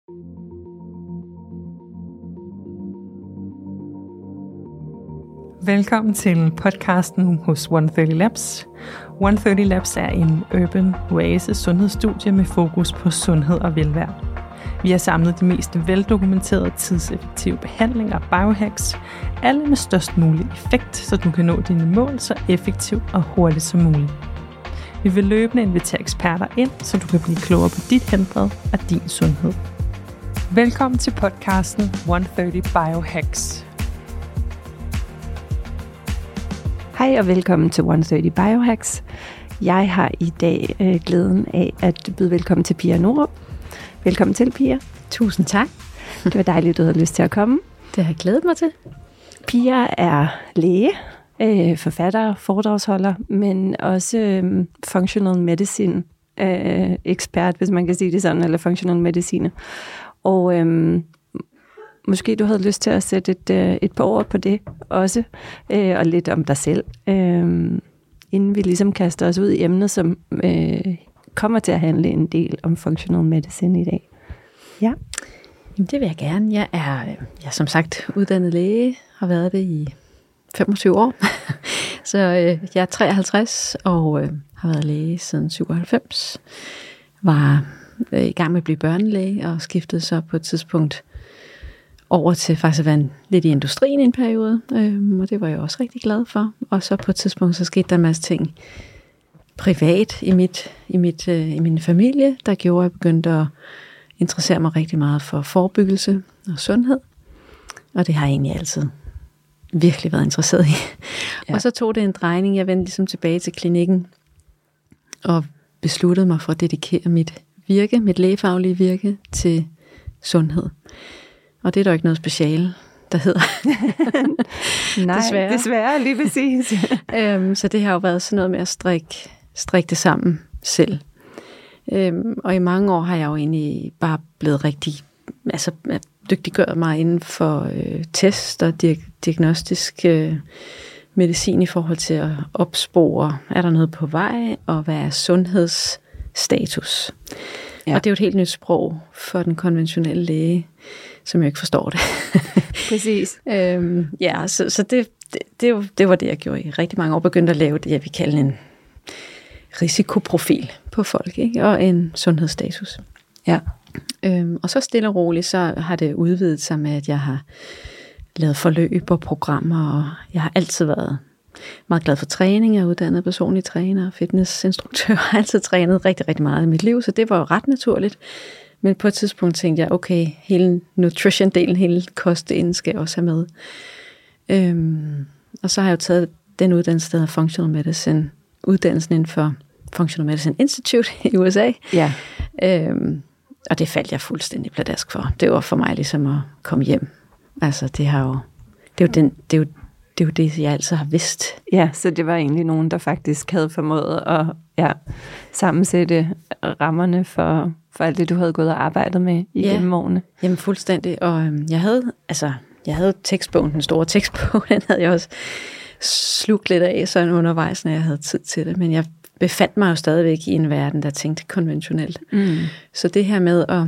Velkommen til podcasten hos 130 Labs. 130 Labs er en urban oasis sundhedsstudie med fokus på sundhed og velvære. Vi har samlet de mest veldokumenterede tidseffektive behandlinger og biohacks, alle med størst mulig effekt, så du kan nå dine mål så effektivt og hurtigt som muligt. Vi vil løbende invitere eksperter ind, så du kan blive klogere på dit helbred og din sundhed. Velkommen til podcasten 130 Biohacks. Hej og velkommen til 130 Biohacks. Jeg har i dag glæden af at byde velkommen til Pia Norup. Velkommen til, Pia. Tusind tak. Det var dejligt, du havde lyst til at komme. Det har jeg glædet mig til. Pia er læge, forfatter, foredragsholder, men også functional medicine ekspert, hvis man kan sige det sådan, eller functional medicine. Og måske du havde lyst til at sætte et par ord på det også, og lidt om dig selv, inden vi ligesom kaster os ud i emnet, som kommer til at handle en del om functional medicine i dag. Ja. Jamen, det vil jeg gerne. Jeg er som sagt uddannet læge, har været det i 25 år. Så jeg er 53 og har været læge siden 97. Var i gang med at blive børnelæge og skiftede så på et tidspunkt over til faktisk at være lidt i industrien i en periode, og det var jeg også rigtig glad for. Og så på et tidspunkt, så skete der en masse ting privat i min familie, der gjorde, at jeg begyndte at interessere mig rigtig meget for forebyggelse og sundhed. Og det har jeg egentlig altid virkelig været interesseret i. Ja. Og så tog det en drejning. Jeg vendte ligesom tilbage til klinikken og besluttede mig for at dedikere mit lægefaglige virke til sundhed. Og det er der ikke noget speciale, der hedder. Nej, desværre lige præcis. Så det har jo været sådan noget med at strikke det sammen selv. Og i mange år har jeg jo egentlig bare blevet rigtig dygtiggjort mig inden for test og diagnostisk medicin i forhold til at opspore, er der noget på vej, og hvad er sundhedsstatus. Ja. Og det er jo et helt nyt sprog for den konventionelle læge, som jeg ikke forstår det. Præcis. Så det var det, jeg gjorde i rigtig mange år. Begyndte at lave det, jeg vil kalde en risikoprofil på folk, ikke? Og en sundhedsstatus. Ja. Og så stille og roligt, så har det udvidet sig med, at jeg har lavet forløb og programmer, og jeg har altid været meget glad for træning. Jeg er uddannet personlig træner og fitnessinstruktør. Jeg har altid trænet rigtig, rigtig meget i mit liv, så det var jo ret naturligt. Men på et tidspunkt tænkte jeg, okay, hele nutrition-delen, hele kostdelen skal jeg også have med. Og så har jeg jo taget den uddannelse, der hedder Functional Medicine, uddannelsen inden for Functional Medicine Institute i USA. Ja. Og det faldt jeg fuldstændig pladask for. Det var for mig ligesom at komme hjem. Altså, det er jo det, jeg altid har vidst. Ja, så det var egentlig nogen, der faktisk havde formået at sammensætte rammerne for alt det, du havde gået og arbejdet med igennem årene. Jamen fuldstændig. Og jeg havde tekstbogen, den store tekstbog, den havde jeg også slugt lidt af sådan undervejs, når jeg havde tid til det. Men jeg befandt mig jo stadigvæk i en verden, der tænkte konventionelt. Mm. Så det her med at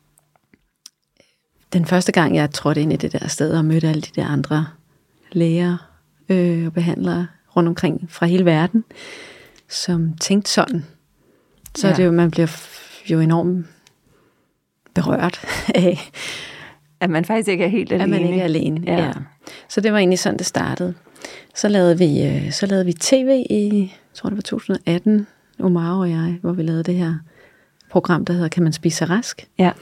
den første gang, jeg trådte ind i det der sted og mødte alle de der andre læger og behandlere rundt omkring fra hele verden, som tænkte sådan, så er det jo, man bliver jo enormt berørt af, at man faktisk ikke er helt alene. At man ikke er alene, ja. Så det var egentlig sådan, det startede. Så lavede vi tv i, jeg tror det var 2018, Omar og jeg, hvor vi lavede det her program, der hedder Kan man spise sig rask? Ja.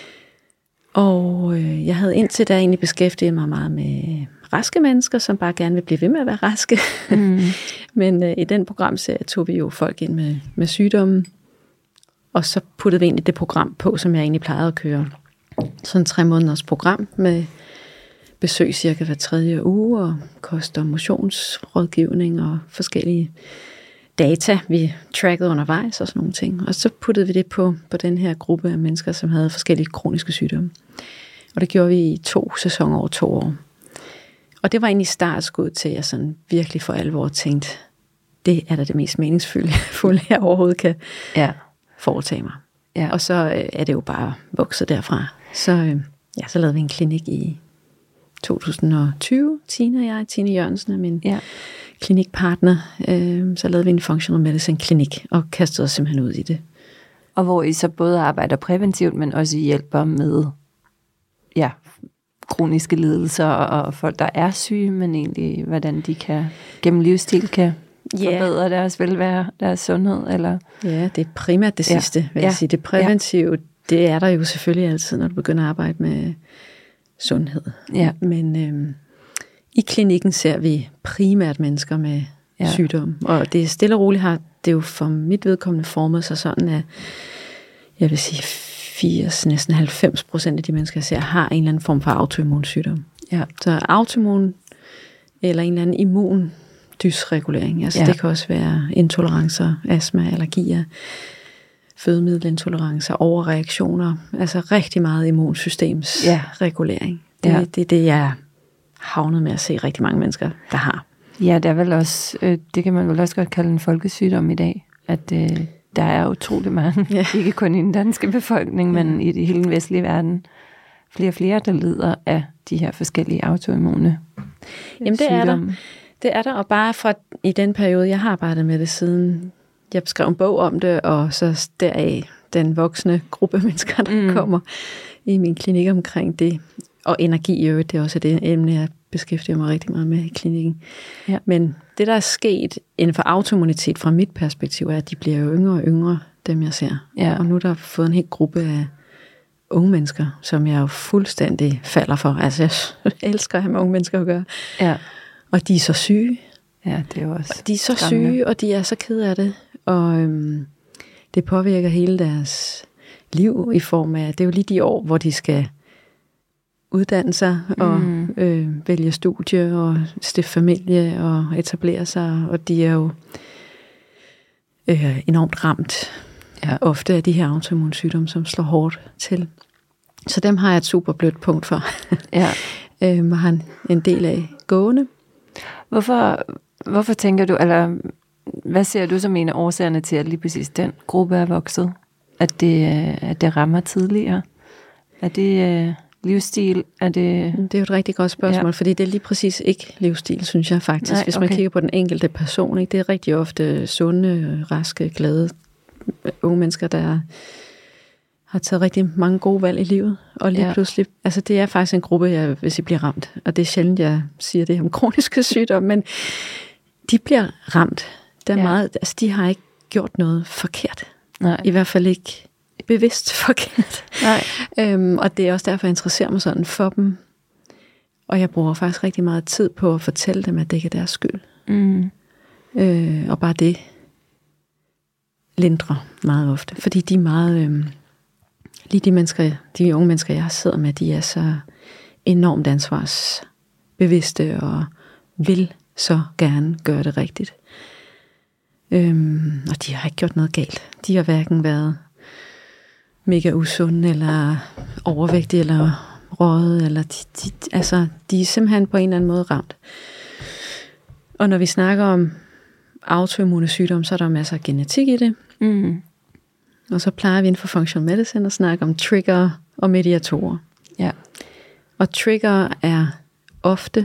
Og jeg havde indtil da egentlig beskæftiget mig meget med raske mennesker, som bare gerne vil blive ved med at være raske. Mm. Men i den programserie tog vi jo folk ind med sygdomme, og så puttede vi egentlig det program på, som jeg egentlig plejede at køre. Sådan 3 måneders program med besøg cirka hver 3. uge, og kost- og motionsrådgivning og forskellige data, vi trackede undervejs og sådan nogle ting. Og så puttede vi det på den her gruppe af mennesker, som havde forskellige kroniske sygdomme. Og det gjorde vi i 2 sæsoner over 2 år. Og det var egentlig startskud til, at jeg sådan virkelig for alvor tænkte, det er da det mest meningsfulde, jeg overhovedet kan foretage mig. Ja. Og så er det jo bare vokset derfra. Så lavede vi en klinik i 2020, Tine og jeg. Tine Jørgensen er min klinikpartner. Så lavede vi en functional medicine klinik og kastede os simpelthen ud i det. Og hvor I så både arbejder præventivt, men også hjælper med kroniske lidelser og folk, der er syge, men egentlig, hvordan de kan gennem livsstil kan forbedre deres velvære, deres sundhed, eller? Ja, det er primært det sidste, vil jeg sige. Det præventive, det er der jo selvfølgelig altid, når du begynder at arbejde med sundhed. Ja. Men i klinikken ser vi primært mennesker med sygdom, og det er stille og roligt har det jo for mit vedkommende formet sig sådan, at jeg vil sige 80, næsten 90% af de mennesker, jeg ser, har en eller anden form for autoimmun sygdom. Ja. Så autoimmun eller en eller anden immun dysregulering. Altså det kan også være intolerancer, astma, allergier, fødemiddelintolerancer, overreaktioner. Altså rigtig meget immunsystems regulering. Det er det, jeg havnet med at se rigtig mange mennesker, der har. Ja, det er vel også, det kan man vel også godt kalde en folkesygdom i dag, at der er utrolig mange, ikke kun i den danske befolkning, men i hele den vestlige verden, flere og flere, der lider af de her forskellige autoimmune sygdomme. Det er der, og bare fra i den periode, jeg har arbejdet med det siden, jeg skrev en bog om det, og så deraf den voksne gruppe mennesker, der kommer i min klinik omkring det. Og energi i øvrigt, det er også det emne, jeg beskæftiger mig rigtig meget med i klinikken. Ja. Men det, der er sket inden for autoimmunitet fra mit perspektiv, er, at de bliver jo yngre og yngre, dem jeg ser. Ja. Og nu er der fået en hel gruppe af unge mennesker, som jeg jo fuldstændig falder for. Altså, jeg elsker at have med unge mennesker at gøre. Ja. Og de er så syge. Ja, det er jo også de er så syge, og de er så kede af det. Og det påvirker hele deres liv i form af, det er jo lige de år, hvor de skal uddanne sig og vælge studie og stifte familie og etablere sig, og de er jo enormt ramt ofte af de her autoimmunsygdomme, som slår hårdt til. Så dem har jeg et super blødt punkt for. Og har en del af gående. Hvorfor tænker du, eller hvad ser du som en af årsagerne til, at lige præcis den gruppe er vokset? At det rammer tidligere? Er det livsstil? Det er jo et rigtig godt spørgsmål, fordi det er lige præcis ikke livsstil, synes jeg faktisk. Nej, hvis man kigger på den enkelte person, ikke? Det er rigtig ofte sunde, raske, glade unge mennesker, der har taget rigtig mange gode valg i livet, og lige pludselig, altså det er faktisk en gruppe, hvis I bliver ramt, og det er sjældent, jeg siger det om kroniske sygdomme, men de bliver ramt. Der er meget, altså de har ikke gjort noget forkert. Nej. I hvert fald ikke bevidst forkert. Nej. Og det er også derfor, jeg interesserer mig sådan for dem. Og jeg bruger faktisk rigtig meget tid på at fortælle dem, at det ikke er deres skyld. Og bare det lindrer meget ofte. Fordi de er meget... lige de unge mennesker, jeg sidder med, de er så enormt ansvarsbevidste og vil så gerne gøre det rigtigt. Og de har ikke gjort noget galt. De har hverken været mega usunde, eller overvægtige, eller røget, eller de er simpelthen på en eller anden måde ramt. Og når vi snakker om autoimmune sygdomme, så er der masser af genetik i det. Og så plejer vi inden for functional medicine at snakke om trigger og mediatorer. Ja. Og trigger er ofte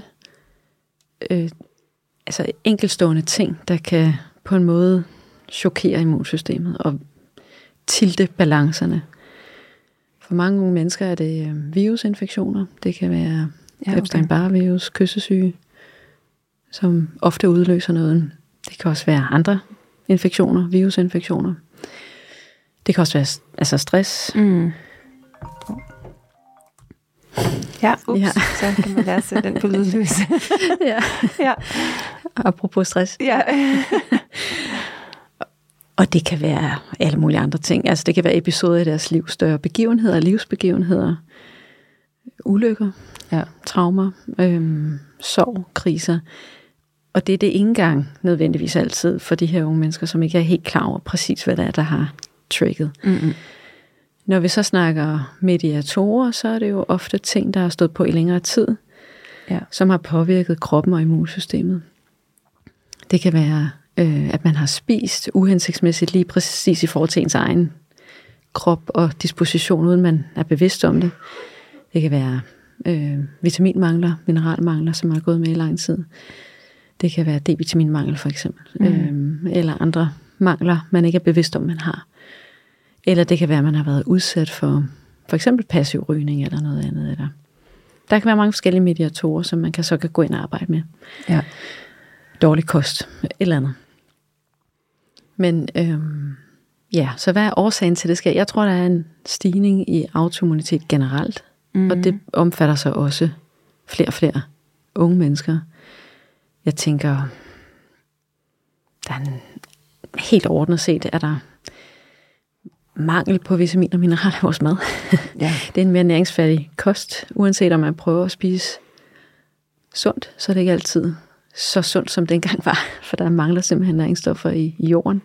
enkeltstående ting, der kan på en måde chokere immunsystemet og tilte balancerne. For mange unge mennesker er det virusinfektioner. Det kan være Epstein-Barr-virus, kyssesyge, som ofte udløser noget. Det kan også være andre infektioner, virusinfektioner. Det kan også være stress. Så kan man lære sig den på lydløs. Apropos stress. Ja. Og det kan være alle mulige andre ting. Altså det kan være episoder i deres liv, større begivenheder, livsbegivenheder, ulykker, traumer, sorg, kriser. Og det er det ikke engang nødvendigvis altid for de her unge mennesker, som ikke er helt klar over præcis, hvad det er, der har trigget. Når vi så snakker mediatorer, så er det jo ofte ting, der har stået på i længere tid, som har påvirket kroppen og immunsystemet. Det kan være, at man har spist uhensigtsmæssigt lige præcis i forhold til ens egen krop og disposition, uden man er bevidst om det. Det kan være vitaminmangler, mineralmangler, som man har gået med i lang tid. Det kan være D-vitaminmangel for eksempel, eller andre mangler, man ikke er bevidst om, man har. Eller det kan være, at man har været udsat for eksempel passiv rygning eller noget andet. Eller der kan være mange forskellige mediatorer, som man så kan gå ind og arbejde med. Ja. Dårlig kost, eller andet. Men så hvad er årsagen til det sker? Jeg tror, der er en stigning i autoimmunitet generelt, og det omfatter så også flere og flere unge mennesker. Jeg tænker, der er helt overordnet set, er der mangel på vitamin og mineraler i vores mad. Ja. Det er en mere næringsfattig kost, uanset om man prøver at spise sundt, så er det ikke altid så sundt, som det engang var, for der mangler simpelthen næringsstoffer i jorden.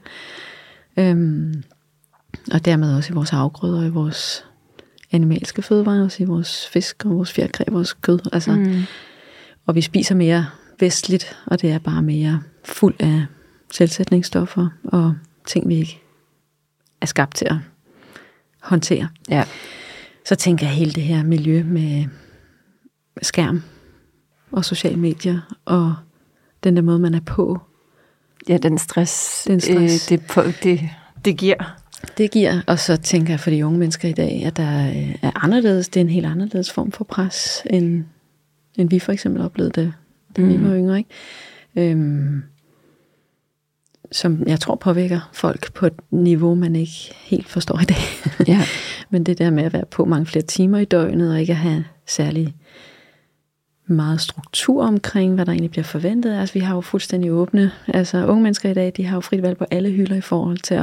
Og dermed også i vores afgrøder, i vores animalske fødevarer, også i vores fisk og vores fjerkræ, vores kød. Altså, og vi spiser mere vestligt, og det er bare mere fuld af tilsætningsstoffer og ting, vi ikke er skabt til at håndtere. Ja. Så tænker jeg hele det her miljø med skærm og sociale medier og den der måde, man er på. Ja, den stress, det giver. Det giver, og så tænker jeg for de unge mennesker i dag, at der er anderledes, det er en helt anderledes form for pres, end vi for eksempel oplevede det, da vi var yngre, ikke? Som jeg tror påvirker folk på et niveau, man ikke helt forstår i dag. Ja. Men det der med at være på mange flere timer i døgnet, og ikke at have særlig meget struktur omkring, hvad der egentlig bliver forventet. Altså, vi har jo fuldstændig åbne, altså unge mennesker i dag, de har jo frit valg på alle hylder i forhold til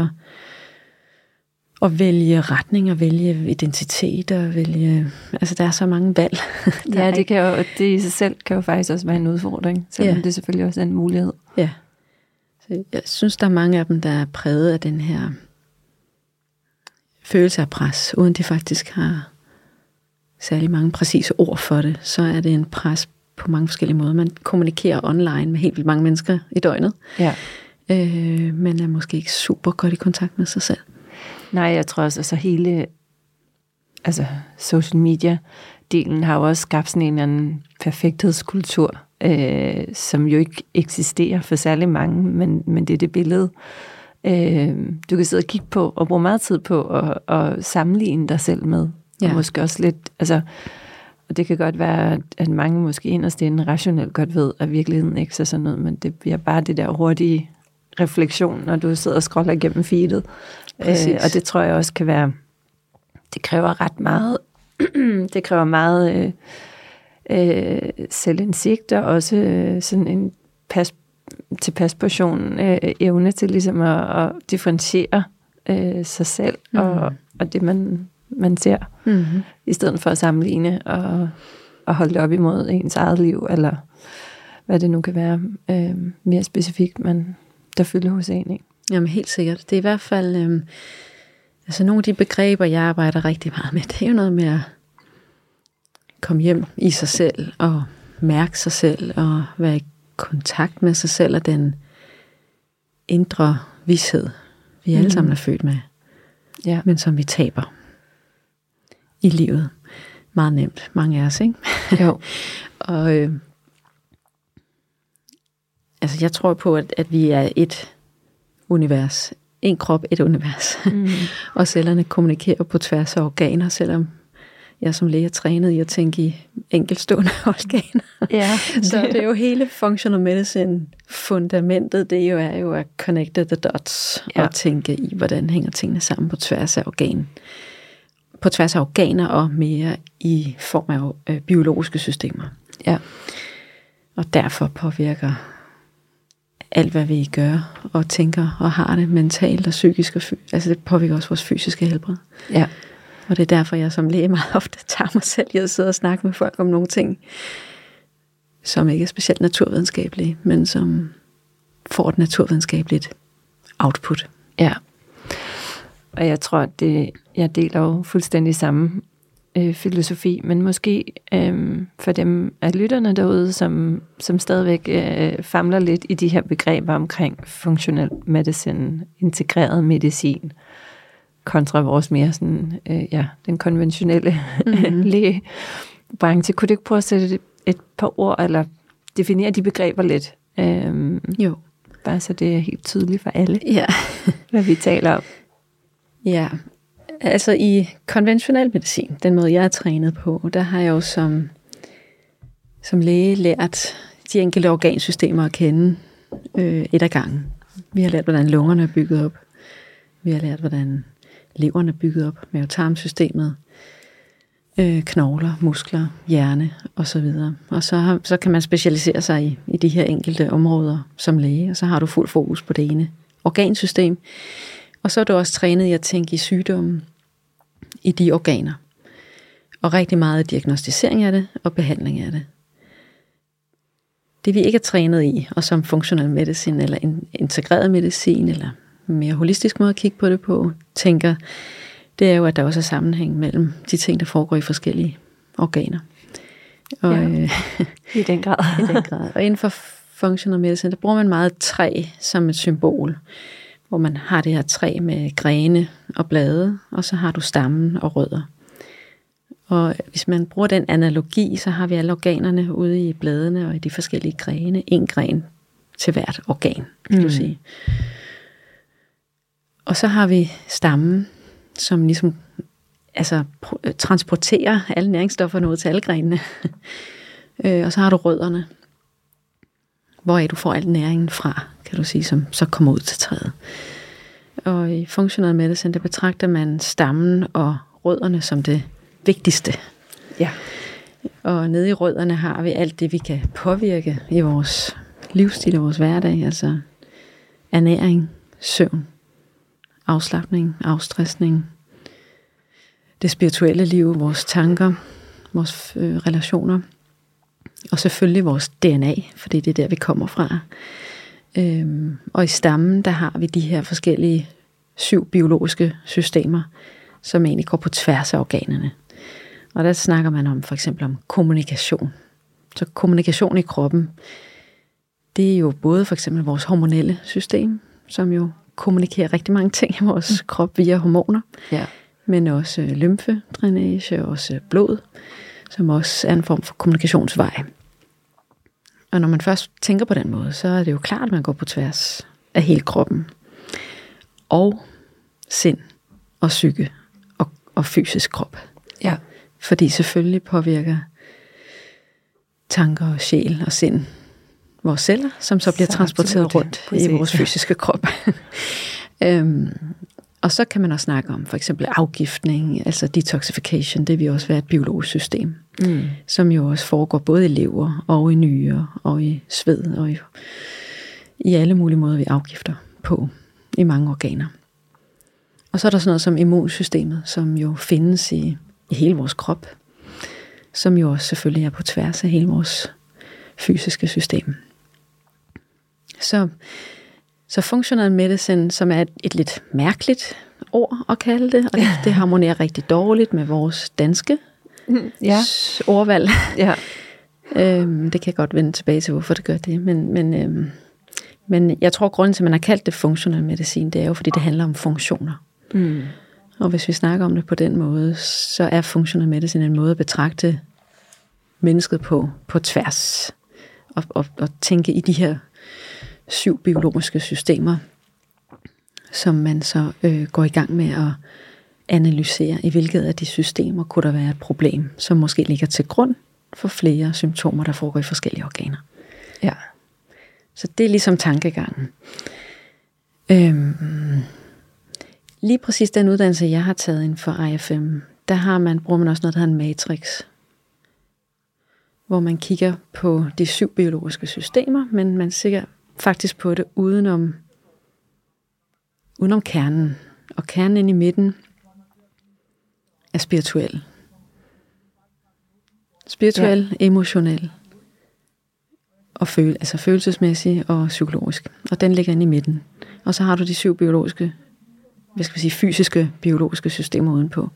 at vælge retning, og vælge identitet, og vælge, altså der er så mange valg. Ja, det i sig selv kan jo faktisk også være en udfordring, selvom det selvfølgelig også er en mulighed. Ja. Så jeg synes, der er mange af dem, der er præget af den her følelse af pres, uden de faktisk har særlig mange præcise ord for det, så er det en pres på mange forskellige måder. Man kommunikerer online med helt vildt mange mennesker i døgnet, men er måske ikke super godt i kontakt med sig selv. Nej, jeg tror også, så hele social media-delen har jo også skabt sådan en eller anden perfekthedskultur, som jo ikke eksisterer for særlig mange, men det er det billede, du kan sidde og kigge på, og bruge meget tid på, og sammenligne dig selv med. Og måske også lidt, og det kan godt være, at mange måske inderst inde rationelt godt ved, at virkeligheden ikke er sådan noget, men det bliver bare det der hurtige refleksion, når du sidder og scroller igennem feedet. Og det tror jeg også kan være, det kræver ret meget, det kræver meget selvindsigt, og også sådan en tilpas portion evne til ligesom at differentiere sig selv, og det man ser, i stedet for at sammenligne og holde det op imod ens eget liv, eller hvad det nu kan være mere specifikt, der fylder hos en, ikke? Jamen helt sikkert. Det er i hvert fald, nogle af de begreber, jeg arbejder rigtig meget med, det er jo noget med at komme hjem i sig selv, og mærke sig selv, og være i kontakt med sig selv, og den indre vished, vi alle sammen er født med, men som vi taber i livet. Meget nemt. Mange af os, ikke? Jo. Og jeg tror på, at vi er et univers. En krop, et univers. Og cellerne kommunikerer på tværs af organer, selvom jeg som læge er trænet i at tænke i enkeltstående organer. Ja. Så det er jo hele functional medicine fundamentet, det er jo at connecte the dots, og tænke i, hvordan hænger tingene sammen på tværs af organer og mere i form af biologiske systemer. Ja. Og derfor påvirker alt, hvad vi gør og tænker og har det mentalt og psykisk, det påvirker også vores fysiske helbred. Ja. Og det er derfor, jeg som læge meget ofte tager mig selv i at sidde og snakke med folk om nogle ting, som ikke er specielt naturvidenskabelige, men som får et naturvidenskabeligt output. Ja. Og jeg tror, at jeg deler jo fuldstændig samme filosofi, men måske for dem af lytterne derude, som stadigvæk famler lidt i de her begreber omkring functional medicine, integreret medicin, kontra vores mere sådan, den konventionelle lægebranche. Kunne du ikke prøve at sætte et par ord, eller definere de begreber lidt? Jo. Bare så det er helt tydeligt for alle, Ja. hvad vi taler om. Ja, altså i konventionel medicin, den måde jeg er trænet på, der har jeg jo som læge lært de enkelte organsystemer at kende et ad gangen. Vi har lært, hvordan lungerne er bygget op. Vi har lært, hvordan leveren er bygget op, mavetarmsystemet, knogler, muskler, hjerne osv. Og så kan man specialisere sig i de her enkelte områder som læge, og så har du fuld fokus på det ene organsystem. Og så er du også trænet i at tænke i sygdommen i de organer. Og rigtig meget diagnostisering af det og behandling af det. Det vi ikke er trænet i, og som functional medicin eller integreret medicin eller mere holistisk måde at kigge på det på, tænker, det er jo, at der også er sammenhæng mellem de ting, der foregår i forskellige organer. Og, i den grad. I den grad. Og inden for functional medicin, der bruger man meget træ som et symbol, hvor man har det her træ med grene og blade, og så har du stammen og rødder. Og hvis man bruger den analogi, så har vi alle organerne ude i bladene og i de forskellige grene. En gren til hvert organ, kan du sige. Og så har vi stammen, som ligesom transporterer alle næringsstofferne ud til alle grenene. Og så har du rødderne, hvoraf du får al næringen fra, kan du sige, som så kommer ud til træet. Og i functional medicine, der betragter man stammen og rødderne som det vigtigste. Ja. Og nede i rødderne har vi alt det, vi kan påvirke i vores livsstil og vores hverdag, altså ernæring, søvn, afslapning, afstressning, det spirituelle liv, vores tanker, vores relationer, og selvfølgelig vores DNA, fordi det er der, vi kommer fra. Og i stammen, der har vi de her forskellige 7 biologiske systemer, som egentlig går på tværs af organerne. Og der snakker man om for eksempel om kommunikation. Så kommunikation i kroppen, det er jo både for eksempel vores hormonelle system, som jo kommunikerer rigtig mange ting i vores krop via hormoner, men også lymfedrænage, også blod, som også er en form for kommunikationsvej. Og når man først tænker på den måde, så er det jo klart, at man går på tværs af hele kroppen. Og sind og psyke og fysisk krop. Ja. Fordi selvfølgelig påvirker tanker og sjæl og sind vores celler, som så bliver transporteret rundt i vores fysiske krop. Og så kan man også snakke om for eksempel afgiftning, altså detoxification, det vil også være et biologisk system, som jo også foregår både i lever og i nyrer og i sved og i alle mulige måder, vi afgifter på i mange organer. Og så er der sådan noget som immunsystemet, som jo findes i hele vores krop, som jo også selvfølgelig er på tværs af hele vores fysiske system. Så functional medicine, som er et lidt mærkeligt ord at kalde det, og det harmonerer rigtig dårligt med vores danske ordvalg. Ja. Det kan jeg godt vende tilbage til, hvorfor det gør det. Men jeg tror, grunden til, at man har kaldt det functional medicin, det er jo, fordi det handler om funktioner. Og hvis vi snakker om det på den måde, så er functional medicine en måde at betragte mennesket på tværs. Og tænke i de her 7 biologiske systemer, som man så går i gang med at analysere, i hvilket af de systemer kunne der være et problem, som måske ligger til grund for flere symptomer, der foregår i forskellige organer. Ja. Så det er ligesom tankegangen. Lige præcis den uddannelse, jeg har taget inden for IFM, der bruger man også noget, der hedder en matrix, hvor man kigger på de 7 biologiske systemer, men man ser faktisk på det udenom kernen. Og kernen inde i midten er spirituel. Spirituel, emotionel og følelsesmæssig og psykologisk. Og den ligger inde i midten. Og så har du de 7 biologiske, fysiske biologiske systemer udenpå.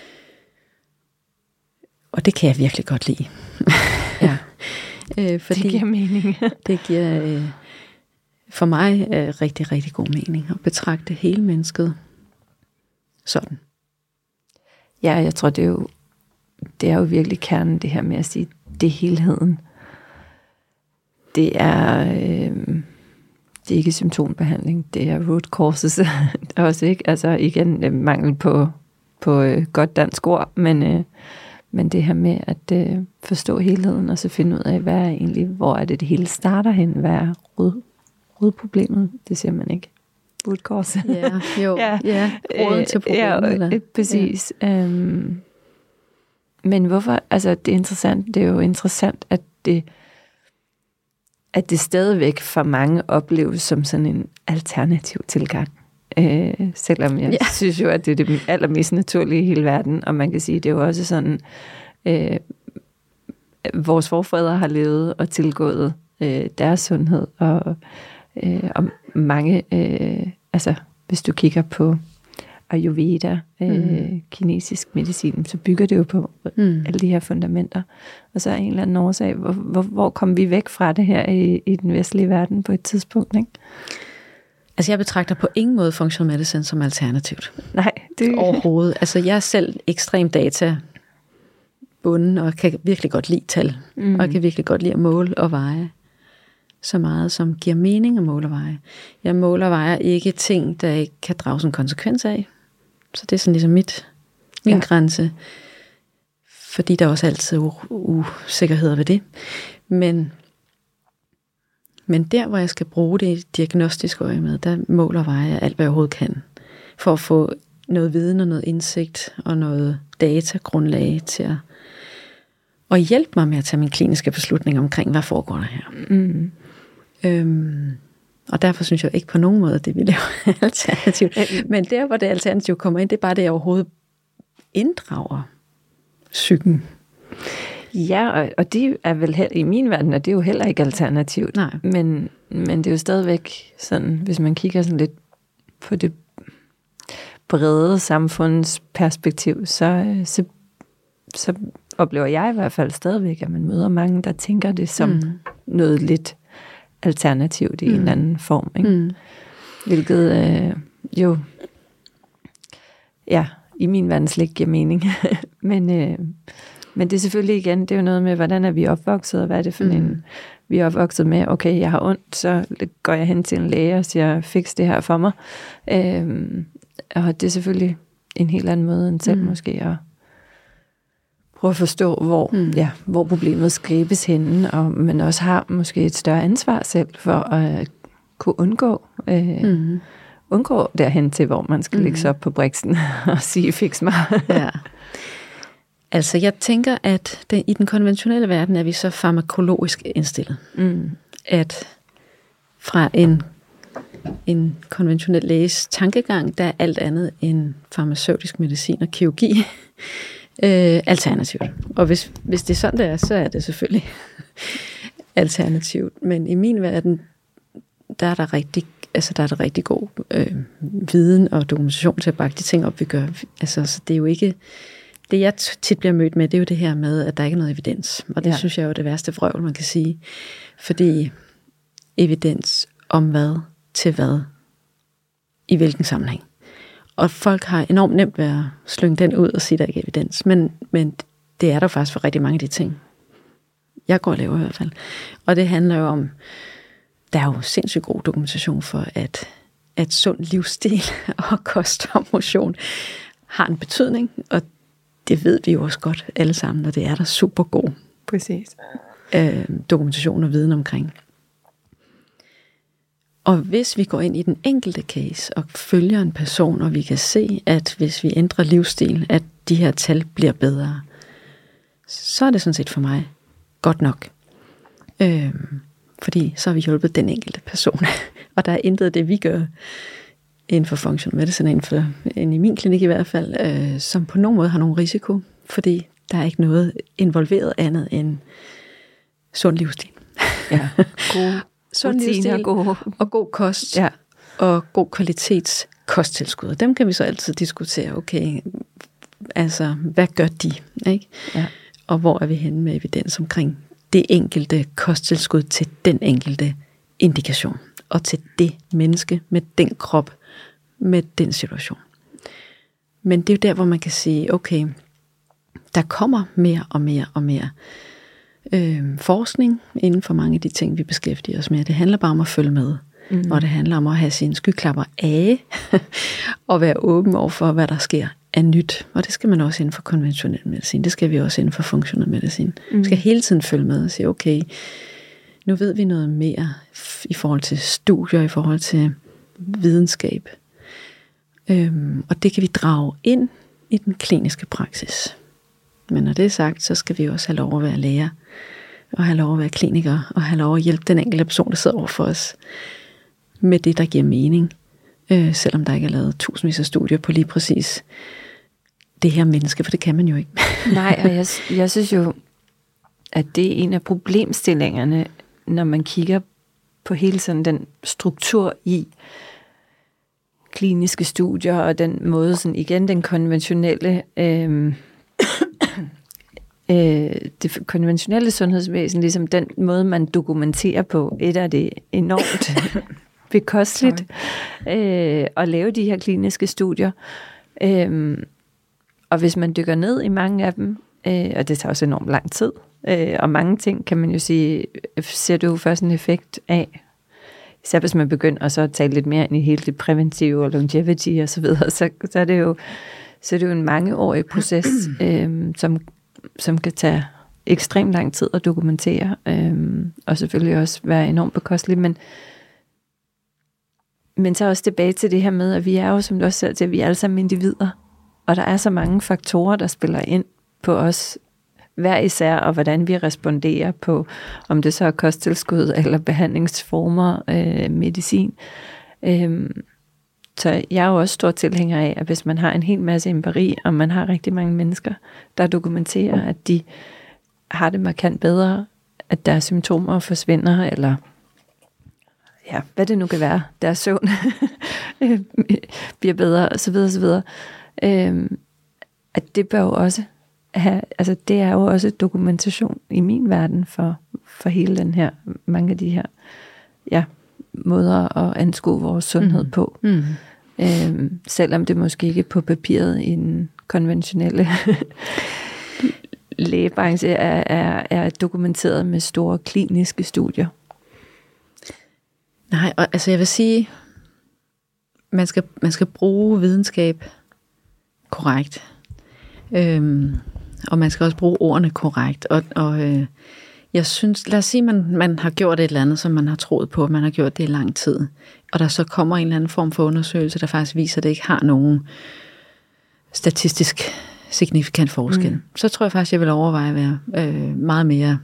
Og det kan jeg virkelig godt lide. Ja. Fordi det giver mening. Det giver for mig rigtig, rigtig god mening at betragte hele mennesket sådan. Ja, jeg tror, det er jo virkelig kernen, det her med at sige, det er helheden. Det er ikke symptombehandling, det er root causes også, ikke? Altså igen, mangel på godt dansk ord, men det her med at forstå helheden, og så finde ud af, hvad er egentlig, hvor er det hele starter hen, hvad er rodproblemet, det siger man ikke. Root cause. Ja, jo, ja, roden til problemet. Ja, præcis. Ja. Men hvorfor, altså det er jo interessant, at det stadigvæk for mange opleves som sådan en alternativ tilgang. Selvom jeg synes jo, at det er det allermest naturlige i hele verden, og man kan sige, det er jo også sådan, vores forfædre har levet og tilgået deres sundhed, og mange, altså hvis du kigger på Ayurveda, kinesisk medicin, så bygger det jo på alle de her fundamenter. Og så er en eller anden årsag, hvor kom vi væk fra det her i den vestlige verden på et tidspunkt, ikke? Altså jeg betragter på ingen måde functional medicine som alternativt. Nej, det overhovedet. Altså jeg er selv ekstremt databunden, og kan virkelig godt lide tal. Og jeg kan virkelig godt lide at måle og veje så meget, som giver mening at måle og veje. Jeg måler og vejer ikke ting, der ikke kan drages en konsekvens af. Så det er sådan ligesom min grænse. Fordi der er også altid usikkerheder ved det. Men der, hvor jeg skal bruge det i diagnostisk øje med, der måler og vejer jeg alt, hvad jeg overhovedet kan. For at få noget viden og noget indsigt og noget datagrundlag til at hjælpe mig med at tage min kliniske beslutning omkring, hvad foregår der her. Og derfor synes jeg ikke på nogen måde, at det vi laver alternativt. Men der, hvor det alternativ kommer ind, det er bare det, jeg overhovedet inddrager psyken. Ja, og det er vel i min verden, og det er jo heller ikke alternativt. Nej. Men det er jo stadigvæk sådan, hvis man kigger sådan lidt på det brede samfundsperspektiv, så oplever jeg i hvert fald stadigvæk, at man møder mange, der tænker det som noget lidt alternativt i en eller anden form. Ikke? Hvilket jo i min verden slet ikke giver mening. Men det er selvfølgelig igen, det er jo noget med, hvordan er vi opvokset, og hvad er det for en, vi er opvokset med. Okay, jeg har ondt, så går jeg hen til en læge og siger, fix det her for mig. Og det er selvfølgelig en helt anden måde end selv måske at prøve at forstå, hvor problemet skabes henne, og man også har måske et større ansvar selv for at kunne undgå derhen til, hvor man skal lægge sig op på briksen og sige, fix mig. Ja. Altså, jeg tænker, at i den konventionelle verden er vi så farmakologisk indstillet. At fra en konventionel læges tankegang, der er alt andet end farmaceutisk medicin og kirurgi alternativt. Og hvis det er sådan, det er, så er det selvfølgelig alternativt. Men i min verden, der er der rigtig god viden og dokumentation til at bakke de ting op, vi gør. Altså, så det er jo ikke... Det jeg tit bliver mødt med, det er jo det her med, at der ikke er noget evidens. Og det synes jeg er jo det værste vrøvl, man kan sige. Fordi evidens om hvad, til hvad, i hvilken sammenhæng. Og folk har enormt nemt ved at slynge den ud og sige, at der ikke er evidens. Men det er der faktisk for rigtig mange af de ting. Jeg går og laver i hvert fald. Og det handler jo om, der er jo sindssygt god dokumentation for, at sund livsstil og kost og motion har en betydning. Og det ved vi jo også godt alle sammen, og det er der super god dokumentation og viden omkring. Og hvis vi går ind i den enkelte case og følger en person, og vi kan se, at hvis vi ændrer livsstil, at de her tal bliver bedre, så er det sådan set for mig godt nok. Fordi så har vi hjulpet den enkelte person. Og der er intet af det, vi gør inden for functional medicine, inden i min klinik i hvert fald, som på nogen måde har nogen risiko, fordi der er ikke noget involveret andet end sund livsstil. Ja, god sund livsstil og god kost, og god kvalitets kosttilskud. Dem kan vi så altid diskutere, okay, altså, hvad gør de? Ikke? Ja. Og hvor er vi henne med evidens omkring det enkelte kosttilskud til den enkelte indikation, og til det menneske med den krop, med den situation. Men det er jo der, hvor man kan sige, okay, der kommer mere og mere og mere forskning inden for mange af de ting, vi beskæftiger os med. Det handler bare om at følge med. Og det handler om at have sine skyklapper af, og være åben over for, hvad der sker af nyt. Og det skal man også inden for konventionel medicin. Det skal vi også inden for funktionel medicin. Vi skal hele tiden følge med og sige, okay, nu ved vi noget mere i forhold til studier, i forhold til videnskab. Og det kan vi drage ind i den kliniske praksis. Men når det er sagt, så skal vi også have lov at være læger, og have lov at være klinikere, og have lov at hjælpe den enkelte person, der sidder over for os, med det, der giver mening. Selvom der ikke er lavet tusindvis af studier på lige præcis det her menneske, for det kan man jo ikke. Nej, og jeg synes jo, at det er en af problemstillingerne, når man kigger på hele sådan den struktur i kliniske studier, og den måde, sådan igen den konventionelle det konventionelle sundhedsvæsen, ligesom den måde, man dokumenterer på, er det enormt bekosteligt at lave de her kliniske studier. Og hvis man dykker ned i mange af dem, og det tager også enormt lang tid, og mange ting, kan man jo sige, ser du først en effekt af, især hvis man begynder at så tale lidt mere ind i hele det præventive og longevity og så videre, så er det jo en mangeårig proces, som kan tage ekstremt lang tid at dokumentere, og selvfølgelig også være enormt bekostelig, men så også tilbage til det her med, at vi er jo, som du også siger, at vi er alle sammen individer, og der er så mange faktorer, der spiller ind på os hver især, og hvordan vi responderer på, om det så er kosttilskud eller behandlingsformer, medicin. Så jeg er jo også stor tilhænger af, at hvis man har en hel masse empiri, og man har rigtig mange mennesker, der dokumenterer, at de har det markant bedre, at deres symptomer forsvinder, eller ja, hvad det nu kan være, deres søvn bliver bedre, og så videre, så videre. At det bør jo også have, altså det er jo også dokumentation i min verden for hele den her, mange af de her, ja, måder at anskue vores sundhed på. Selvom det måske ikke på papiret i den konventionelle lægebranche er dokumenteret med store kliniske studier. Nej, og altså jeg vil sige, man skal bruge videnskab korrekt. Og man skal også bruge ordene korrekt. Og jeg synes, lad os sige, man har gjort et eller andet, som man har troet på, man har gjort det i lang tid. Og der så kommer en eller anden form for undersøgelse, der faktisk viser, at det ikke har nogen statistisk signifikant forskel. Så tror jeg faktisk, jeg vil overveje at være meget mere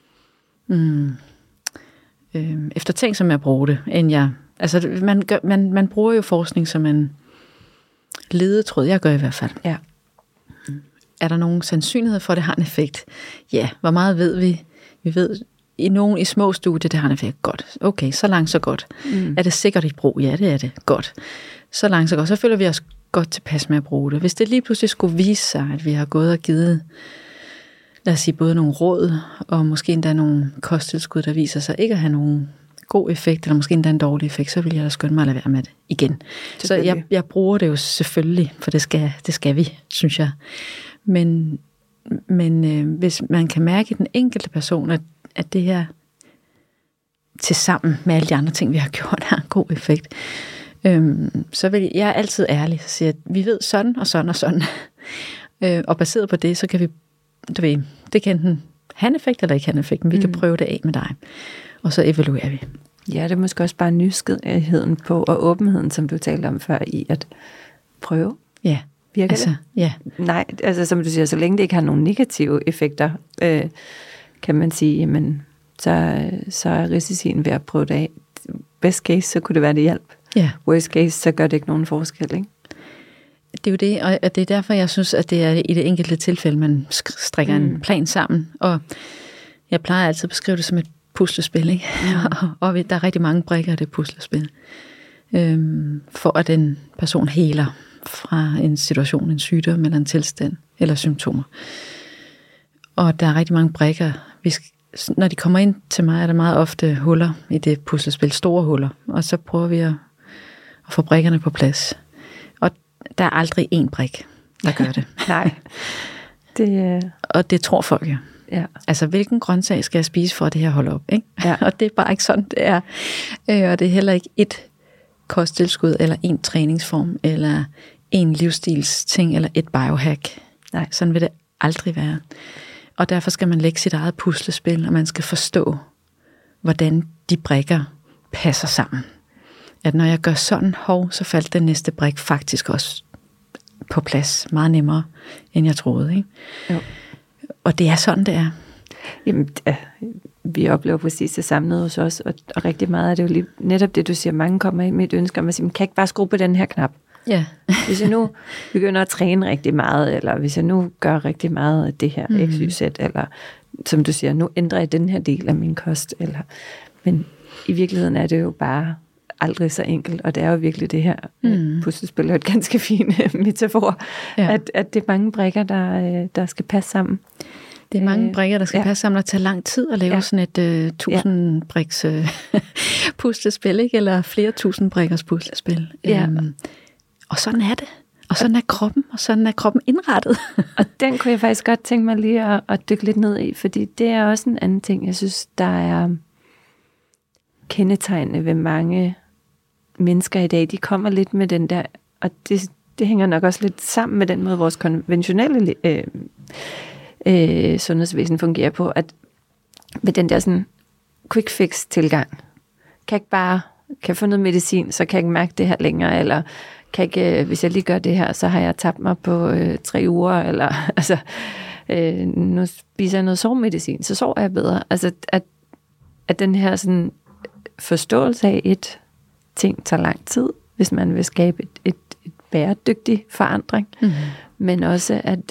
eftertænksom med at bruge det, end jeg. Altså, man bruger jo forskning som en ledetråd. Jeg gør i hvert fald. Ja. Er der nogen sandsynlighed for, at det har en effekt? Ja. Hvor meget ved vi? Vi ved, i små studier, det har en effekt. Godt. Okay, så langt, så godt. Er det sikkert i brug? Ja, det er det. Godt. Så langt, så godt. Så føler vi os godt tilpas med at bruge det. Hvis det lige pludselig skulle vise sig, at vi har gået og givet, lad os sige, både nogle råd, og måske endda nogle kosttilskud, der viser sig ikke at have nogen god effekt, eller måske endda en dårlig effekt, så vil jeg da skynde mig at lade være med det igen. Så jeg bruger det jo selvfølgelig, for det skal vi, synes jeg. Men hvis man kan mærke i den enkelte person, at det her tilsammen med alle de andre ting, vi har gjort, har en god effekt, så vil jeg altid ærlig og sige, at vi ved sådan og sådan og sådan. Og baseret på det, så kan vi, det kan enten have en effekt eller ikke have en effekt, men vi kan prøve det af med dig. Og så evaluerer vi. Ja, det er måske også bare nysgerrigheden på, og åbenheden, som du talte om før, i at prøve. Ja. Virker det? Ja. Nej, altså som du siger, så længe det ikke har nogen negative effekter, kan man sige, jamen, så er risicien ved at prøve det af. Best case, så kunne det være det hjælp. Ja. Worst case, så gør det ikke nogen forskel, ikke? Det er jo det, og det er derfor, jeg synes, at det er i det enkelte tilfælde, man strikker en plan sammen. Og jeg plejer altid at beskrive det som et puslespil, ikke? Og der er rigtig mange brikker af det puslespil. For at den person heler fra en situation, en sygdom eller en tilstand eller symptomer. Og der er rigtig mange brikker. Når de kommer ind til mig, er der meget ofte huller i det puslespil, store huller. Og så prøver vi at få brikkerne på plads. Og der er aldrig én brik, der gør det. Nej. Og det tror folk jo. Ja. Altså, hvilken grøntsag skal jeg spise, for at det her holder op? Ikke? Ja. Og det er bare ikke sådan, det er. Og det er heller ikke et kosttilskud, eller en træningsform, eller en livsstilsting, eller et biohack. Nej. Sådan vil det aldrig være. Og derfor skal man lægge sit eget puslespil, og man skal forstå, hvordan de brikker passer sammen. At når jeg gør sådan, så faldt den næste brik faktisk også på plads meget nemmere, end jeg troede. Ikke? Jo. Og det er sådan, det er. Jamen, vi oplever præcis det samme nede hos os, og rigtig meget af det er jo lige, netop det, du siger, mange kommer ind med et ønske om at sige, kan jeg ikke bare skrue på den her knap? Ja. Hvis jeg nu begynder at træne rigtig meget, eller hvis jeg nu gør rigtig meget af det her XYZ, eller som du siger, nu ændrer jeg den her del af min kost, men i virkeligheden er det jo bare aldrig så enkelt, og det er jo virkelig det her puslespil er et ganske fint metafor, at det er mange brikker, der skal passe sammen. Det er mange brikker, der skal passe sammen, og tage lang tid at lave sådan et 1000 briks puslespil, ikke? Eller flere tusind brikkers puslespil. Ja. Og sådan er det. Og sådan er kroppen, og sådan er kroppen indrettet. Og den kunne jeg faktisk godt tænke mig lige at dykke lidt ned i, fordi det er også en anden ting, jeg synes, der er kendetegnende ved mange mennesker i dag. De kommer lidt med den der, og det hænger nok også lidt sammen med den måde, vores konventionelle sundhedsvæsen fungerer på, at med den der sådan quick fix tilgang, kan jeg få noget medicin, så kan jeg ikke mærke det her længere, eller kan ikke, hvis jeg lige gør det her, så har jeg tabt mig på 3 uger, eller altså, nu spiser jeg noget sovemedicin, så sover jeg bedre. Altså, at den her sådan forståelse af et ting tager lang tid, hvis man vil skabe et bæredygtig forandring, men også at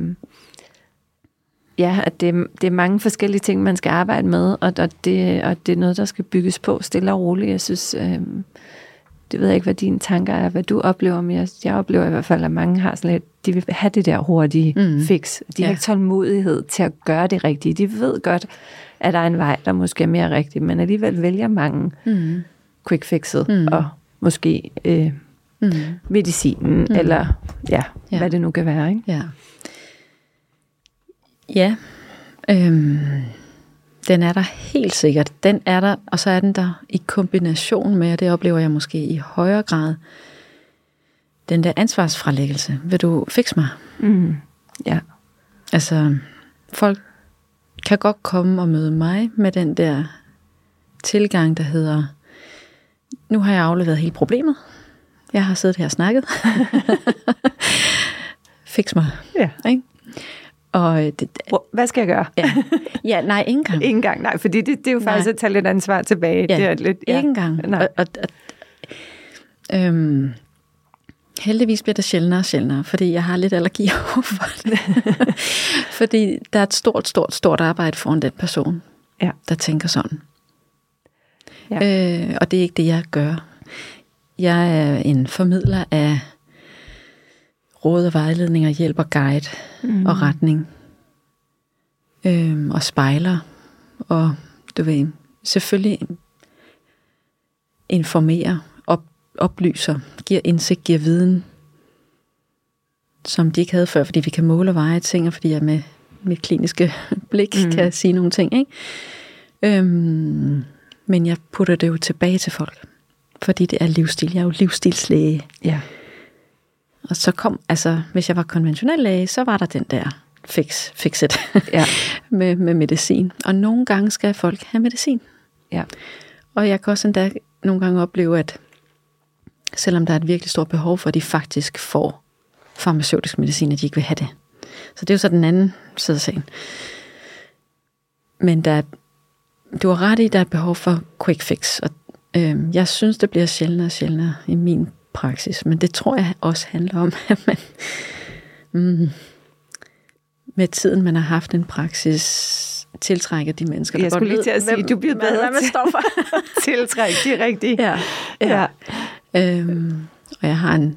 at det er mange forskellige ting, man skal arbejde med, og det er noget, der skal bygges på stille og roligt. Jeg synes, det ved jeg ikke, hvad dine tanker er, hvad du oplever, men jeg oplever i hvert fald, at mange har sådan lidt, de vil have det der hurtige fix. De har ikke tålmodighed til at gøre det rigtige. De ved godt, at der er en vej, der måske er mere rigtig, men alligevel vælger mange quick fixet, og måske medicinen, eller hvad det nu kan være, ikke? Ja. Ja, den er der helt sikkert. Den er der, og så er den der i kombination med, og det oplever jeg måske i højere grad, den der ansvarsfralæggelse. Vil du fikse mig? Ja. Altså, folk kan godt komme og møde mig med den der tilgang, der hedder, nu har jeg afleveret hele problemet. Jeg har siddet her og snakket. Fix mig. Ja. Ikke? Og hvad skal jeg gøre? Ja, nej, ikke engang. Ikke engang, nej, fordi det er jo faktisk at tage lidt ansvar tilbage. Ja, det er lidt, ikke engang. Heldigvis bliver det sjældnere og sjældnere, fordi jeg har lidt allergi overfor det. Fordi der er et stort arbejde foran den person, der tænker sådan. Ja. Og det er ikke det, jeg gør. Jeg er en formidler af råd og vejledning og hjælp og guide og retning. Og spejler. Og du ved, selvfølgelig informerer, oplyser, giver indsigt, giver viden, som de ikke havde før, fordi vi kan måle og veje ting, og fordi jeg med mit kliniske blik kan sige nogle ting. Ikke? Men jeg putter det jo tilbage til folk, fordi det er livsstil. Jeg er jo livsstilslæge. Ja. Og så hvis jeg var konventionel læge, så var der den der fix it med medicin. Og nogle gange skal folk have medicin. Ja. Og jeg kan også endda nogle gange opleve, at selvom der er et virkelig stort behov for, at de faktisk får farmaceutisk medicin, at de ikke vil have det. Så det er jo så den anden side af sagen. Men du har ret i, at der er et behov for quick fix. Og jeg synes, det bliver sjældnere og sjældnere i min praksis. Men det tror jeg også handler om, at man med tiden, man har haft en praksis, tiltrækker de mennesker, der jeg skulle lige til at sige, du bliver bedre med stoffer. Tiltræk, det er rigtigt. Ja. Og jeg har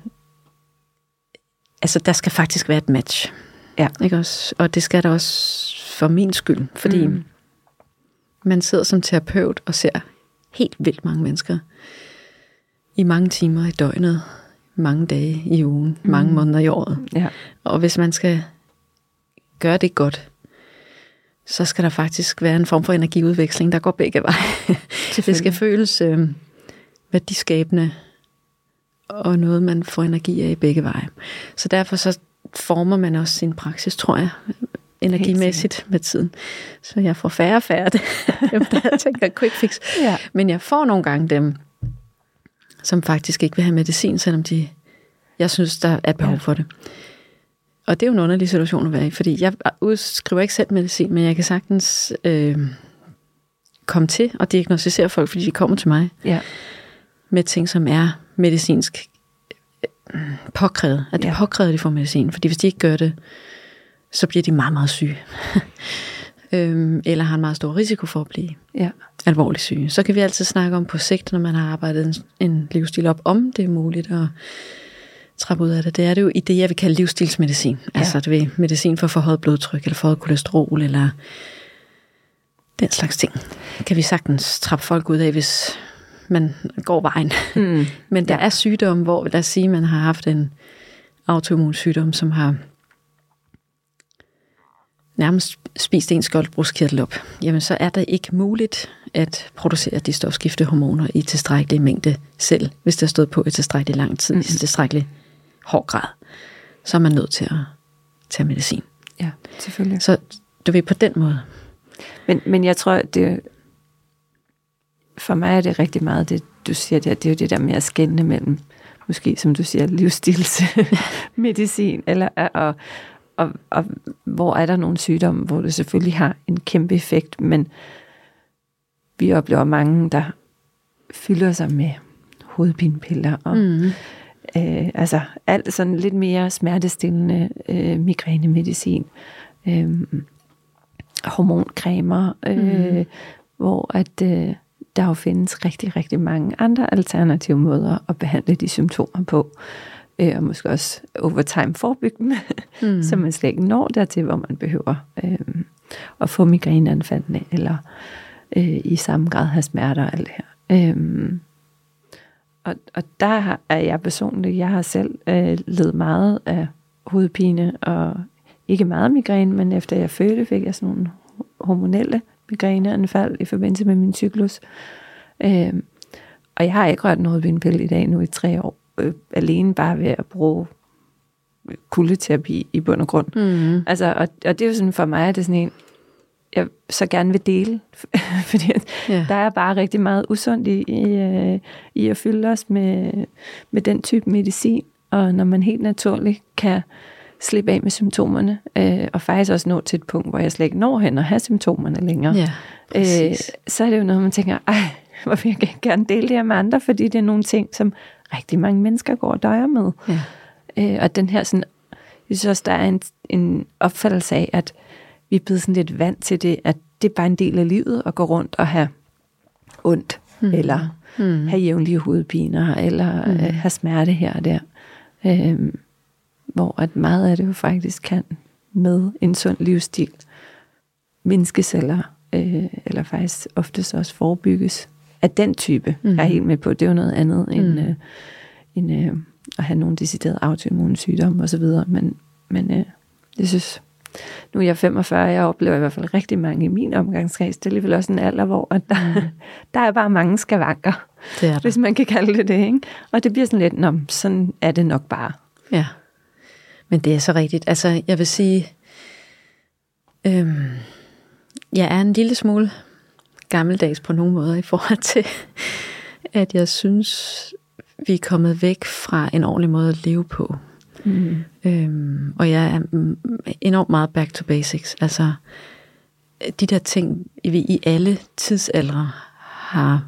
der skal faktisk være et match. Ja. Ikke også? Og det skal der også for min skyld, fordi man sidder som terapeut og ser helt vildt mange mennesker i mange timer i døgnet, mange dage i ugen, mange måneder i året. Ja. Og hvis man skal gøre det godt, så skal der faktisk være en form for energiudveksling, der går begge veje. Det skal føles værdiskabende, og noget, man får energi af i begge veje. Så derfor så former man også sin praksis, tror jeg, energimæssigt med tiden. Så jeg får færre og færre det, efter jeg tænker quick fix. Ja. Men jeg får nogle gange dem, som faktisk ikke vil have medicin, selvom jeg synes, der er behov for det. Og det er jo en underlig situation at være i, fordi jeg udskriver ikke selv medicin, men jeg kan sagtens komme til og diagnostisere folk, fordi de kommer til mig med ting, som er medicinsk påkrævet. At det er påkrævet, at de får medicin. Fordi hvis de ikke gør det, så bliver de meget, meget syge. Eller har en meget stor risiko for at blive alvorligt syge. Så kan vi altid snakke om på sigt, når man har arbejdet en livsstil op, om det er muligt at trappe ud af det. Det er det jo i det, jeg vil kalde livsstilsmedicin. Ja. Altså det er medicin for forhøjet blodtryk, eller forhøjet kolesterol, eller den slags ting. Kan vi sagtens trappe folk ud af, hvis man går vejen. Men der er sygdomme, hvor lad os sige, man har haft en autoimmun sygdom, som har nærmest spist en skjoldbruskkirtel op. Jamen så er det ikke muligt at producere de stofskiftehormoner i tilstrækkelig mængde selv, hvis det har stået på i tilstrækkelig lang tid, i tilstrækkelig hård grad. Så er man nødt til at tage medicin. Ja, selvfølgelig. Så du ved på den måde. Men jeg tror, det for mig er det rigtig meget det, du siger, det er jo det der med at skelne mellem, måske som du siger, livsstilsmedicin, eller og hvor er der nogle sygdomme, hvor det selvfølgelig har en kæmpe effekt, men vi oplever mange, der fylder sig med hovedpinepiller og altså alt sådan lidt mere smertestillende migrænemedicin, hormoncremer, hvor at der jo findes rigtig, rigtig mange andre alternative måder at behandle de symptomer på, og måske også over time forebygge dem, så man slet ikke når dertil, hvor man behøver at få migræneanfaldene, eller i samme grad have smerter og alt det her. Og der er jeg personligt, jeg har selv ledt meget af hovedpine, og ikke meget migræne, men efter jeg fødte, fik jeg sådan nogle hormonelle migræneanfald i forbindelse med min cyklus. Og jeg har ikke rørt en hovedpinepille i dag nu i 3 år, alene bare ved at bruge kuldeterapi i bund og grund. Altså, og det er jo sådan, for mig er det sådan en, jeg så gerne vil dele, fordi der er bare rigtig meget usundt i at fylde os med den type medicin, og når man helt naturligt kan slippe af med symptomerne, og faktisk også nå til et punkt, hvor jeg slet ikke når hen og have symptomerne længere, så er det jo noget, man tænker, hvor vil jeg gerne dele det her med andre, fordi det er nogle ting, som rigtig mange mennesker går og døjer med. Og den her sådan, jeg synes også, der er en opfattelse af, at vi er blevet sådan lidt vant til det, at det er bare en del af livet at gå rundt og have ondt, eller have jævnlige hovedpiner, eller have smerte her og der. Hvor at meget af det jo faktisk kan med en sund livsstil mindskes, eller faktisk oftest også forebygges af den type. Jeg er helt med på, det er jo noget andet end at have nogle deciderede autoimmune sygdomme osv. Men jeg synes, nu er jeg 45, jeg oplever i hvert fald rigtig mange i min omgangskreds. Det er alligevel også en alder, hvor der er bare mange skavanker, hvis man kan kalde det det, ikke? Og det bliver sådan lidt, sådan er det nok bare. Ja, men det er så rigtigt. Altså, jeg vil sige, jeg er en lille smule gammeldags på nogle måder i forhold til, at jeg synes, vi er kommet væk fra en ordentlig måde at leve på. Og jeg er enormt meget back to basics. Altså, de der ting, vi i alle tidsaldre har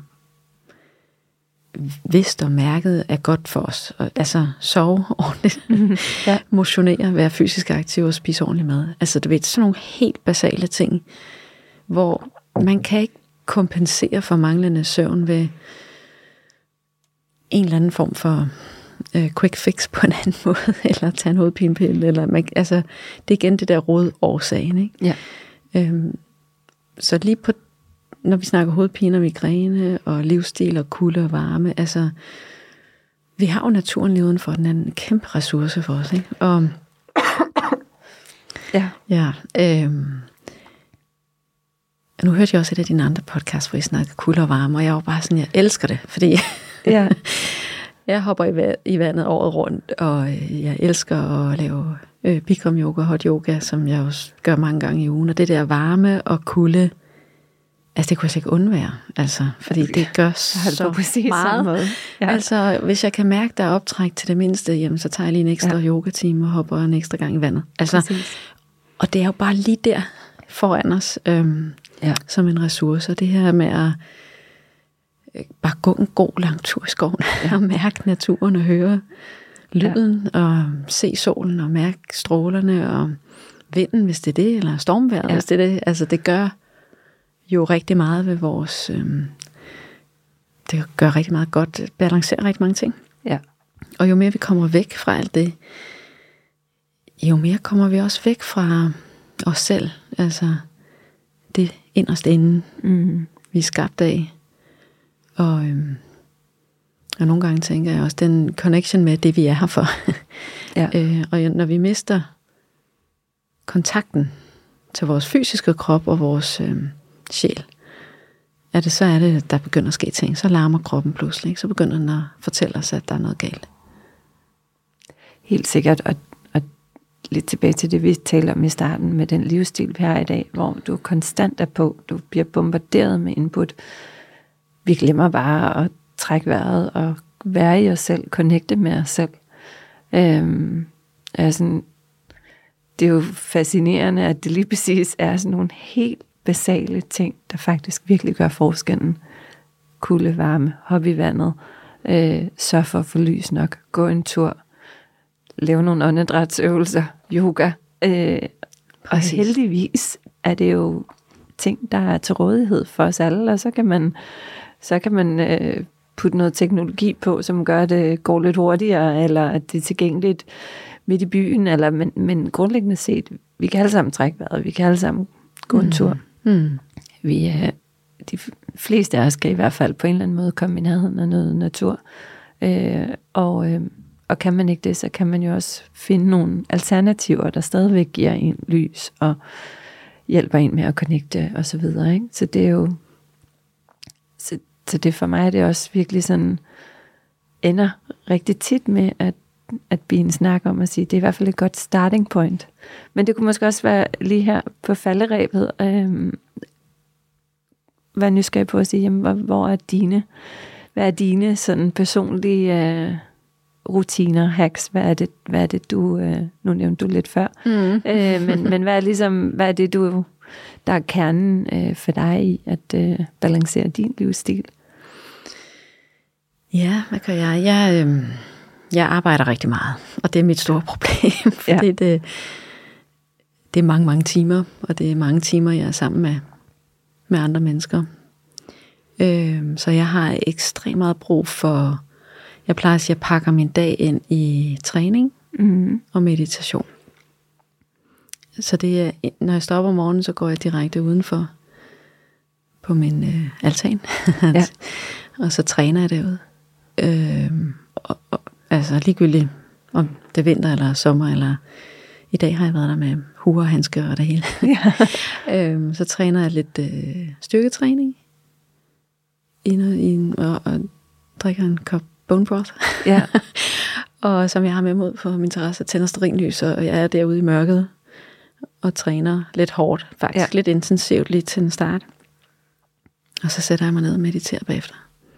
vidst og mærket er godt for os. Altså, sove ordentligt, motionere, være fysisk aktiv og spise ordentlig mad. Altså, du ved, sådan nogle helt basale ting, hvor man kan ikke kompensere for manglende søvn ved en eller anden form for quick fix på en anden måde, eller tage en hovedpinepille, eller altså, det er igen det der rodårsagen, ikke? Ja. Så lige på, når vi snakker hovedpine og migræne, og livsstil og kulde og varme, altså, vi har jo naturen lige udenfor, den er en kæmpe ressource for os, ikke? Og ja, nu hørte jeg også et af dine andre podcasts, hvor I snakkede kulde og varme, og jeg var bare sådan, jeg elsker det, fordi jeg hopper i vandet året rundt, og jeg elsker at lave Bikram yoga og hot yoga, som jeg også gør mange gange i ugen, og det der varme og kulde, altså det kunne jeg slet ikke undvære, altså, fordi det gør så meget. Ja. Altså, hvis jeg kan mærke, der er optræk til det mindste, jamen, så tager jeg lige en ekstra yogatime og hopper en ekstra gang i vandet. Altså, og det er jo bare lige der foran os, som en ressource, og det her med at bare gå en god lang tur i skoven, og mærke naturen og høre lyden, og se solen og mærke strålerne, og vinden, hvis det er det, eller stormvejret, hvis det er det. Altså, det gør jo rigtig meget ved vores... det gør rigtig meget godt, balancerer rigtig mange ting. Ja. Og jo mere vi kommer væk fra alt det, jo mere kommer vi også væk fra os selv. Altså, det inderst inde, vi er skabt af. Og nogle gange tænker jeg også, den connection med det, vi er her for. Og når vi mister kontakten til vores fysiske krop og vores sjæl, så er det, der begynder at ske ting. Så larmer kroppen pludselig, ikke? Så begynder den at fortælle os, at der er noget galt. Helt sikkert, og lidt tilbage til det, vi talte om i starten, med den livsstil, vi har i dag, hvor du konstant er på, du bliver bombarderet med input. Vi glemmer bare at trække vejret og være i os selv, connecte med os selv. Det er jo fascinerende, at det lige præcis er sådan nogle helt basale ting, der faktisk virkelig gør forskellen. Kulde, varme, hop i vandet, sørg for at få lys nok, gå en tur, lave nogle åndedrætsøvelser, yoga. Og heldigvis er det jo ting, der er til rådighed for os alle, og så kan man putte noget teknologi på, som gør, at det går lidt hurtigere, eller at det er tilgængeligt midt i byen, men grundlæggende set, vi kan alle sammen trække vejret, vi kan alle sammen gå en tur. De fleste af os skal i hvert fald på en eller anden måde komme i nærheden af noget natur. Og kan man ikke det, så kan man jo også finde nogle alternativer, der stadigvæk giver en lys og hjælper en med at connecte og så videre. Ikke? Så det er jo så det for mig er det også virkelig sådan, ender rigtig tit med at blive en snak om at sige, det er i hvert fald et godt starting point. Men det kunne måske også være lige her på falderebet, være nysgerrig på at sige, jamen, hvad er dine sådan personlige rutiner, hacks, hvad er det du, nu nævnte du lidt før, men hvad er det der er kernen for dig i at balancere din livsstil? Ja, hvad gør jeg? Jeg arbejder rigtig meget, og det er mit store problem, fordi det er mange, mange timer, og det er mange timer, jeg er sammen med andre mennesker. Så jeg har ekstremt meget brug for, jeg plejer at sige, at jeg pakker min dag ind i træning og meditation. Så det er, når jeg står op om morgenen, så går jeg direkte udenfor på min altan, og så træner jeg derude. Altså ligegyldigt om det er vinter eller sommer, eller i dag har jeg været der med huer og handsker og det hele. Så træner jeg lidt styrketræning og drikker en kop bone broth. Og som jeg har med mod på min terrasse, tænder stearinlys, og jeg er derude i mørket og træner lidt hårdt, faktisk lidt intensivt lige til en start. Og så sætter jeg mig ned og mediterer bagefter.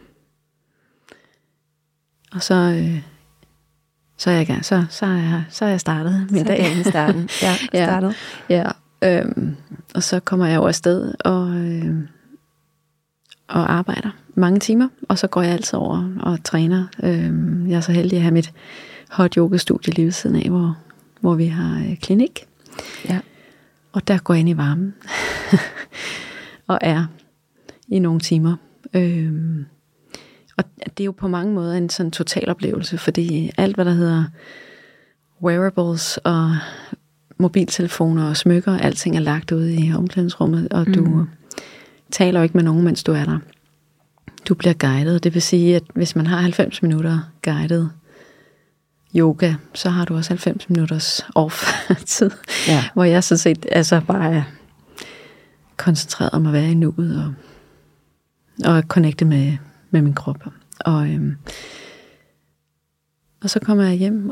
Og så er jeg i gang. Så er jeg startet min dag. Starten. Startet. Og så kommer jeg over afsted og arbejder mange timer, og så går jeg altid over og træner. Jeg er så heldig at have mit hot yoga studie lige ved siden af, hvor vi har klinik. Og der går jeg ind i varmen og er i nogle timer. Og det er jo på mange måder en sådan total oplevelse, fordi alt hvad der hedder wearables og mobiltelefoner og smykker, alting er lagt ude i omklædningsrummet, og du taler jo ikke med nogen, mens du er der. du bliver guidet. Det vil sige, at hvis man har 90 minutter guidet yoga, så har du også 90 minutters off-tid, hvor jeg sådan set altså bare er koncentreret om at være i nuet og connecte med min krop. Og så kommer jeg hjem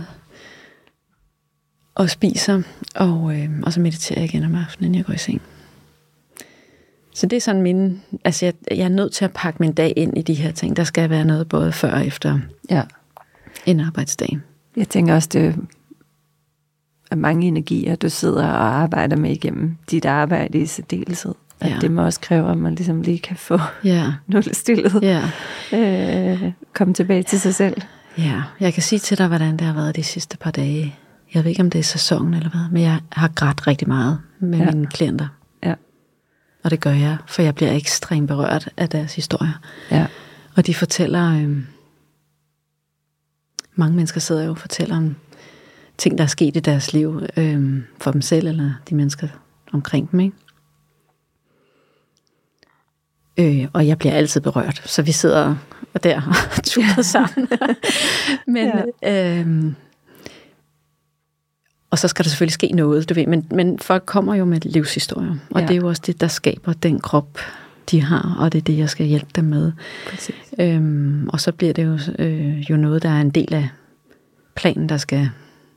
og spiser, og så mediterer jeg igen om aftenen, inden jeg går i seng. Så det er sådan jeg er nødt til at pakke min dag ind i de her ting. Der skal være noget både før og efter en arbejdsdag. Jeg tænker også, det er mange energier, du sidder og arbejder med igennem dit arbejde i særdeleshed. At det må også kræve, at man ligesom lige kan få nullestillet. Komme tilbage til sig selv. Ja, jeg kan sige til dig, hvordan det har været de sidste par dage. Jeg ved ikke, om det er sæsonen eller hvad, men jeg har grædt rigtig meget med mine klienter. Ja. Og det gør jeg, for jeg bliver ekstremt berørt af deres historier. Ja. Og de fortæller, mange mennesker sidder jo og fortæller om ting, der er sket i deres liv, for dem selv, eller de mennesker omkring dem, ikke? Og jeg bliver altid berørt, så vi sidder der og turer sammen. Men, og så skal der selvfølgelig ske noget, du ved. Men folk kommer jo med livshistorier, og det er jo også det, der skaber den krop, de har, og det er det, jeg skal hjælpe dem med. Og så bliver det jo noget, der er en del af planen, der skal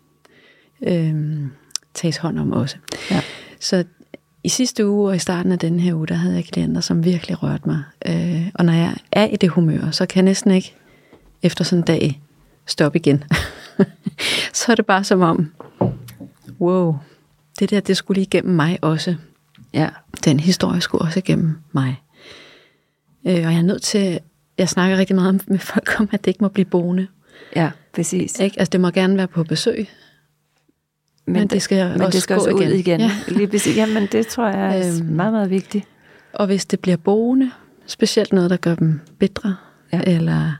tages hånd om også. Ja. Så i sidste uge og i starten af den her uge, der havde jeg klienter, som virkelig rørte mig. Og når jeg er i det humør, så kan jeg næsten ikke efter sådan en dag stoppe igen. Så er det bare som om, wow, det skulle lige igennem mig også. Ja. Den historie skulle også igennem mig. Og jeg er nødt til, jeg snakker rigtig meget med folk om, at det ikke må blive boende. Ja, præcis. Ikke? Altså det må gerne være på besøg. Men det skal også ud igen. Ja. Jamen, det tror jeg er meget, meget vigtigt. Og hvis det bliver boende, specielt noget, der gør dem bitre, eller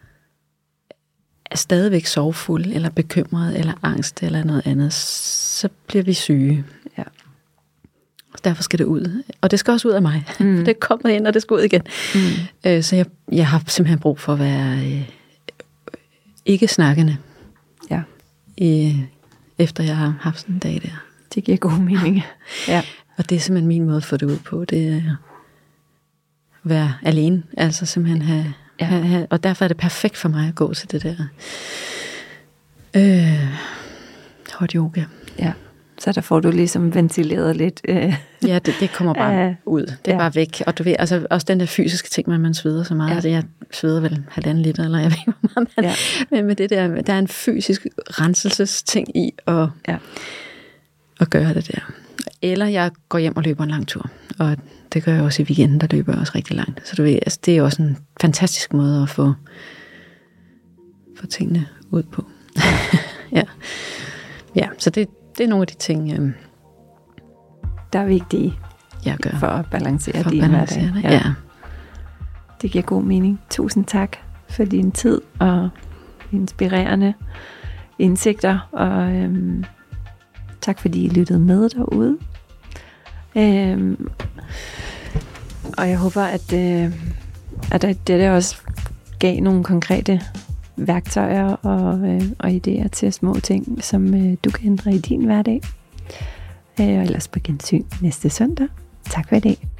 er stadigvæk sorgfulde, eller bekymret, eller angst, eller noget andet, så bliver vi syge. Ja. Derfor skal det ud. Og det skal også ud af mig. Det er kommet ind, og det skal ud igen. Så jeg har simpelthen brug for at være ikke snakkende. Ja. Efter jeg har haft sådan en dag der. Det giver god mening. Ja. Og det er simpelthen min måde at få det ud på. Det er at være alene. Altså simpelthen have, og derfor er det perfekt for mig at gå til det der hot yoga. Ja. Så der får du ligesom ventileret lidt. Ja, det kommer bare ud. Det er bare væk. Og du ved, altså også den der fysiske ting, man sveder så meget. Ja. Altså, jeg sveder vel 1,5 liter, eller jeg ved ikke, hvor meget. Men med det der er en fysisk renselsesting i at gøre det der. Eller jeg går hjem og løber en lang tur. Og det gør jeg også i weekenden, der løber jeg også rigtig langt. Så du ved, altså, det er også en fantastisk måde at få tingene ud på. Ja, så det er nogle af de ting, der er vigtige jeg gør for at balancere din hverdag. Ja. Det giver god mening. Tusind tak for din tid og inspirerende indsigter, og tak fordi I lyttede med derude. Og jeg håber, at det også gav nogle konkrete værktøjer og idéer til små ting, som du kan ændre i din hverdag. Og ellers på gensyn næste søndag. Tak for i dag.